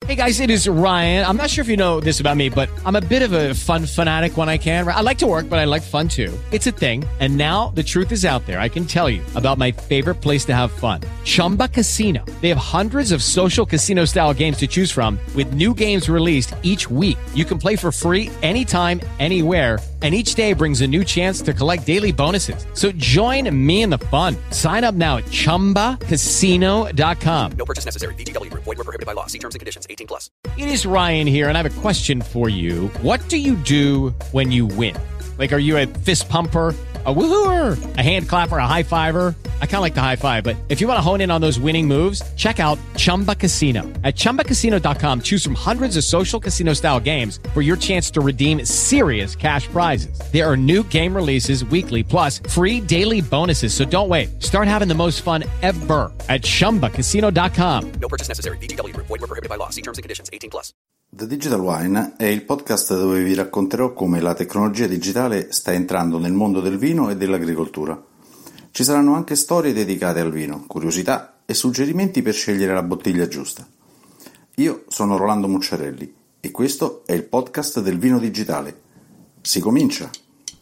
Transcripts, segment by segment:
Hey guys, it is Ryan. I'm not sure if you know this about me, but I'm a bit of a fun fanatic when I can. I like to work, but I like fun too. It's a thing. And now the truth is out there. I can tell you about my favorite place to have fun. Chumba Casino. They have hundreds of social casino style games to choose from with new games released each week. You can play for free anytime, anywhere. And each day brings a new chance to collect daily bonuses. So join me in the fun. Sign up now at ChumbaCasino.com. No purchase necessary. VGW Group. Void where prohibited by law. See terms and conditions. 18 plus. It is Ryan here, and I have a question for you. What do you do when you win? Like, are you a fist pumper, a woohooer, a hand clapper, a high fiver? I kind of like the high five, but if you want to hone in on those winning moves, check out Chumba Casino. At ChumbaCasino.com, choose from hundreds of social casino style games for your chance to redeem serious cash prizes. There are new game releases weekly, plus free daily bonuses. So don't wait. Start having the most fun ever at ChumbaCasino.com. No purchase necessary. VGW Group. Void where prohibited by law. See terms and conditions. 18 plus. The Digital Wine è il podcast dove vi racconterò come la tecnologia digitale sta entrando nel mondo del vino e dell'agricoltura. Ci saranno anche storie dedicate al vino, curiosità e suggerimenti per scegliere la bottiglia giusta. Io sono Rolando Mucciarelli e questo è il podcast del vino digitale. Si comincia!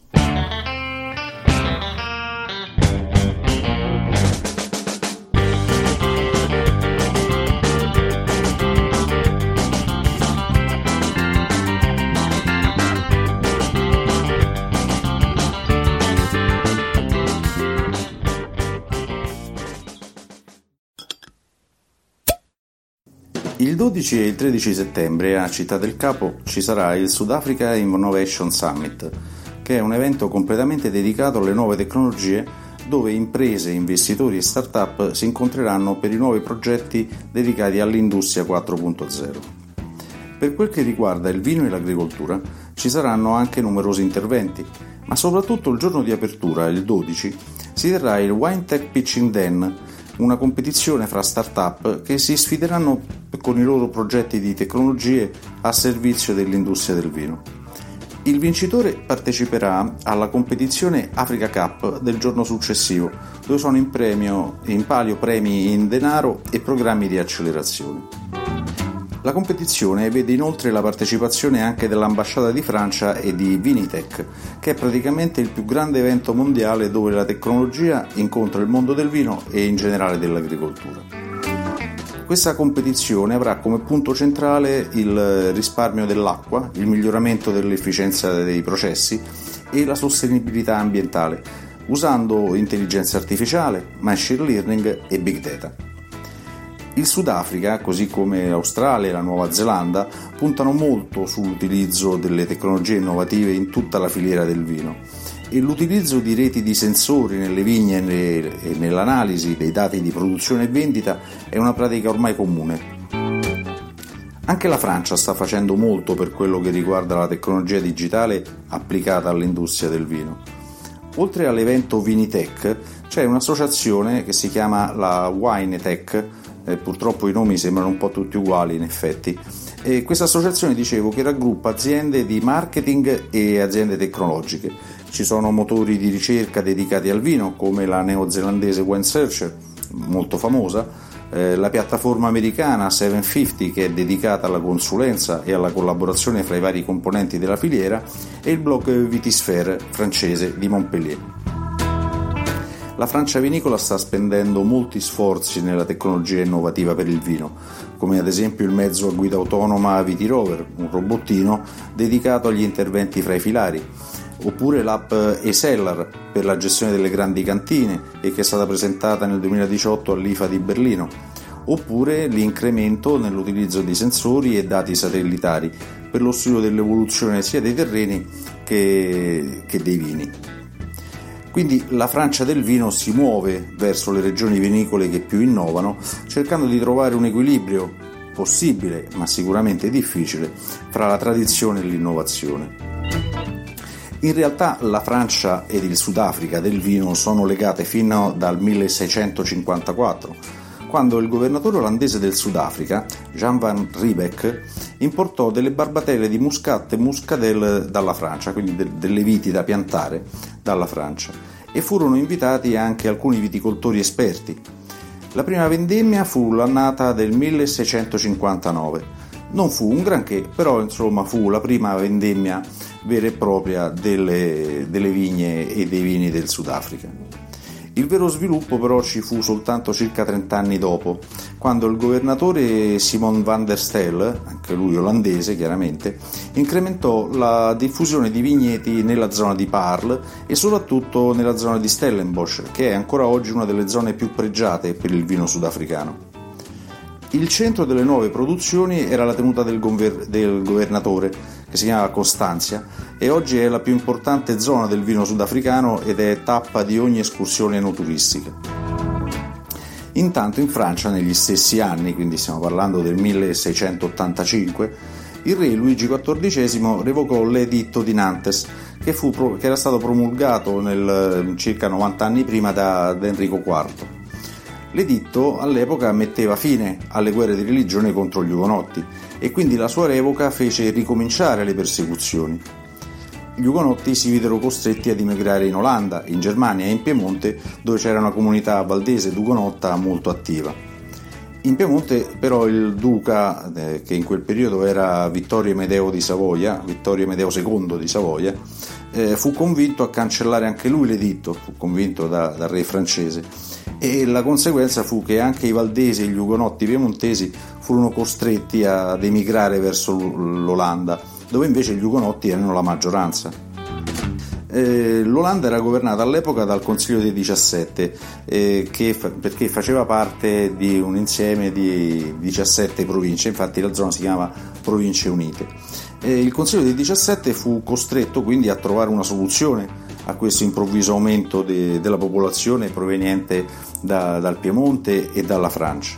Il 12 e il 13 settembre a Città del Capo ci sarà il South Africa Innovation Summit, che è un evento completamente dedicato alle nuove tecnologie dove imprese, investitori e start-up si incontreranno per i nuovi progetti dedicati all'industria 4.0. Per quel che riguarda il vino e l'agricoltura ci saranno anche numerosi interventi, ma soprattutto il giorno di apertura, il 12, si terrà il Wine Tech Pitching Den, una competizione fra start-up che si sfideranno con i loro progetti di tecnologie a servizio dell'industria del vino. Il vincitore parteciperà alla competizione Africa Cup del giorno successivo, dove sono in palio premi in denaro e programmi di accelerazione. La competizione vede inoltre la partecipazione anche dell'Ambasciata di Francia e di Vinitec, che è praticamente il più grande evento mondiale dove la tecnologia incontra il mondo del vino e in generale dell'agricoltura. Questa competizione avrà come punto centrale il risparmio dell'acqua, il miglioramento dell'efficienza dei processi e la sostenibilità ambientale, usando intelligenza artificiale, machine learning e big data. Il Sudafrica, così come l'Australia e la Nuova Zelanda, puntano molto sull'utilizzo delle tecnologie innovative in tutta la filiera del vino e l'utilizzo di reti di sensori nelle vigne e nell'analisi dei dati di produzione e vendita è una pratica ormai comune. Anche la Francia sta facendo molto per quello che riguarda la tecnologia digitale applicata all'industria del vino. Oltre all'evento Vinitech c'è un'associazione che si chiama la Winetech. Purtroppo i nomi sembrano un po' tutti uguali in effetti, e questa associazione, dicevo, che raggruppa aziende di marketing e aziende tecnologiche. Ci sono motori di ricerca dedicati al vino come la neozelandese Wine Searcher, molto famosa, la piattaforma americana 750 che è dedicata alla consulenza e alla collaborazione fra i vari componenti della filiera, e il blog Vitisphere francese di Montpellier. La Francia vinicola sta spendendo molti sforzi nella tecnologia innovativa per il vino, come ad esempio il mezzo a guida autonoma VitiRover, un robottino dedicato agli interventi fra i filari, oppure l'app eCellar per la gestione delle grandi cantine e che è stata presentata nel 2018 all'IFA di Berlino, oppure l'incremento nell'utilizzo di sensori e dati satellitari per lo studio dell'evoluzione sia dei terreni che dei vini. Quindi la Francia del vino si muove verso le regioni vinicole che più innovano, cercando di trovare un equilibrio possibile, ma sicuramente difficile, fra la tradizione e l'innovazione. In realtà la Francia ed il Sudafrica del vino sono legate fino dal 1654, quando il governatore olandese del Sudafrica, Jan van Riebeeck, importò delle barbatelle di Muscat e Muscadel dalla Francia, quindi delle viti da piantare dalla Francia, e furono invitati anche alcuni viticoltori esperti. La prima vendemmia fu l'annata del 1659 Non fu un granché, però insomma fu la prima vendemmia vera e propria delle vigne e dei vini del Sudafrica. Il vero sviluppo però ci fu soltanto circa 30 anni dopo, quando il governatore Simon van der Stel, anche lui olandese chiaramente, incrementò la diffusione di vigneti nella zona di Paarl e soprattutto nella zona di Stellenbosch, che è ancora oggi una delle zone più pregiate per il vino sudafricano. Il centro delle nuove produzioni era la tenuta del governatore, che si chiama Costanza, e oggi è la più importante zona del vino sudafricano ed è tappa di ogni escursione enoturistica. Intanto in Francia, negli stessi anni, quindi stiamo parlando del 1685, il re Luigi XIV revocò l'Editto di Nantes, che era stato promulgato circa 90 anni prima da Enrico IV. L'editto all'epoca metteva fine alle guerre di religione contro gli ugonotti e quindi la sua revoca fece ricominciare le persecuzioni. Gli ugonotti si videro costretti ad emigrare in Olanda, in Germania e in Piemonte, dove c'era una comunità valdese ed ugonotta molto attiva. In Piemonte però il duca, che in quel periodo era Vittorio Amedeo II di Savoia, fu convinto a cancellare anche lui l'editto, fu convinto dal re francese, e la conseguenza fu che anche i valdesi e gli ugonotti piemontesi furono costretti ad emigrare verso l'Olanda, dove invece gli ugonotti erano la maggioranza. L'Olanda era governata all'epoca dal Consiglio dei 17, perché faceva parte di un insieme di 17 province, infatti la zona si chiama Province Unite. Il Consiglio dei 17 fu costretto quindi a trovare una soluzione a questo improvviso aumento della popolazione proveniente dal Piemonte e dalla Francia.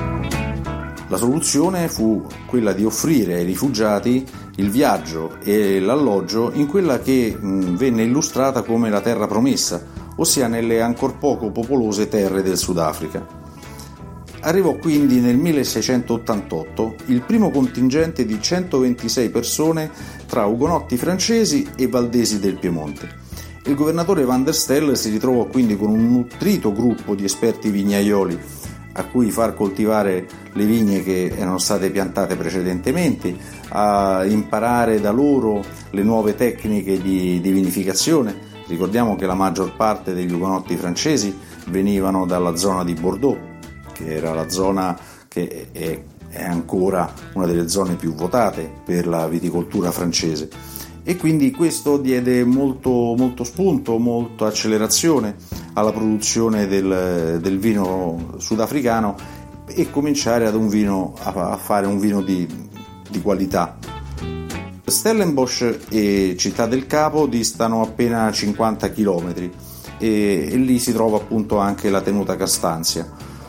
La soluzione fu quella di offrire ai rifugiati il viaggio e l'alloggio in quella che venne illustrata come la terra promessa, ossia nelle ancor poco popolose terre del Sudafrica. Arrivò quindi nel 1688 il primo contingente di 126 persone tra ugonotti francesi e valdesi del Piemonte. Il governatore Van der Stel si ritrovò quindi con un nutrito gruppo di esperti vignaioli a cui far coltivare le vigne che erano state piantate precedentemente, a imparare da loro le nuove tecniche di vinificazione. Ricordiamo che la maggior parte degli ugonotti francesi venivano dalla zona di Bordeaux, che era la zona che è ancora una delle zone più votate per la viticoltura francese. E quindi questo diede molto spunto, molta accelerazione alla produzione del vino sudafricano e cominciare a fare un vino di qualità. Stellenbosch e Città del Capo distano appena 50 km e lì si trova appunto anche la tenuta Costanza,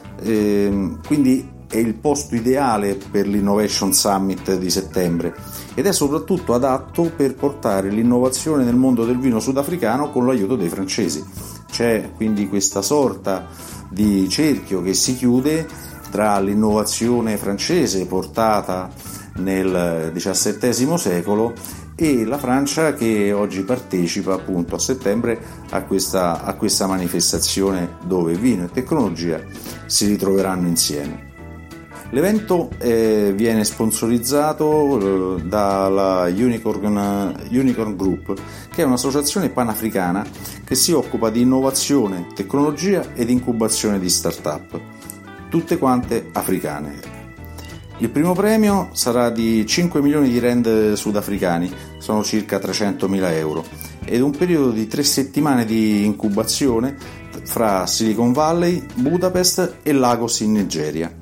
quindi è il posto ideale per l'Innovation Summit di settembre ed è soprattutto adatto per portare l'innovazione nel mondo del vino sudafricano con l'aiuto dei francesi. C'è quindi questa sorta di cerchio che si chiude tra l'innovazione francese portata nel XVII secolo e la Francia che oggi partecipa appunto a settembre a questa manifestazione dove vino e tecnologia si ritroveranno insieme. L'evento viene sponsorizzato dalla Unicorn Group, che è un'associazione panafricana che si occupa di innovazione, tecnologia ed incubazione di start-up, tutte quante africane. Il primo premio sarà di 5 milioni di rand sudafricani, sono circa 300.000 euro, ed un periodo di 3 settimane di incubazione fra Silicon Valley, Budapest e Lagos in Nigeria.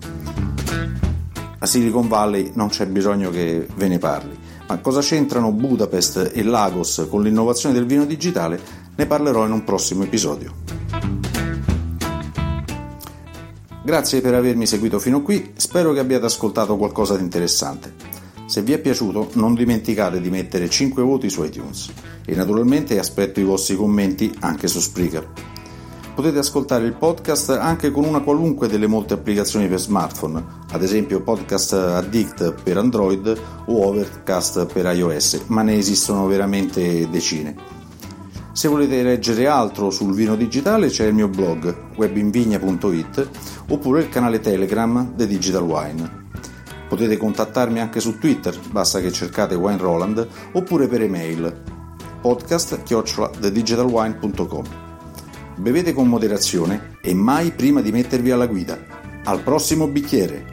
A Silicon Valley non c'è bisogno che ve ne parli, ma cosa c'entrano Budapest e Lagos con l'innovazione del vino digitale? Ne parlerò in un prossimo episodio. Grazie per avermi seguito fino qui, spero che abbiate ascoltato qualcosa di interessante. Se vi è piaciuto non dimenticate di mettere 5 voti su iTunes e naturalmente aspetto i vostri commenti anche su Spreaker. Potete ascoltare il podcast anche con una qualunque delle molte applicazioni per smartphone, ad esempio Podcast Addict per Android o Overcast per iOS, ma ne esistono veramente decine. Se volete leggere altro sul vino digitale c'è il mio blog webinvigna.it oppure il canale Telegram The Digital Wine. Potete contattarmi anche su Twitter, basta che cercate Wine Roland, oppure per email podcast@thedigitalwine.com. Bevete con moderazione e mai prima di mettervi alla guida. Al prossimo bicchiere!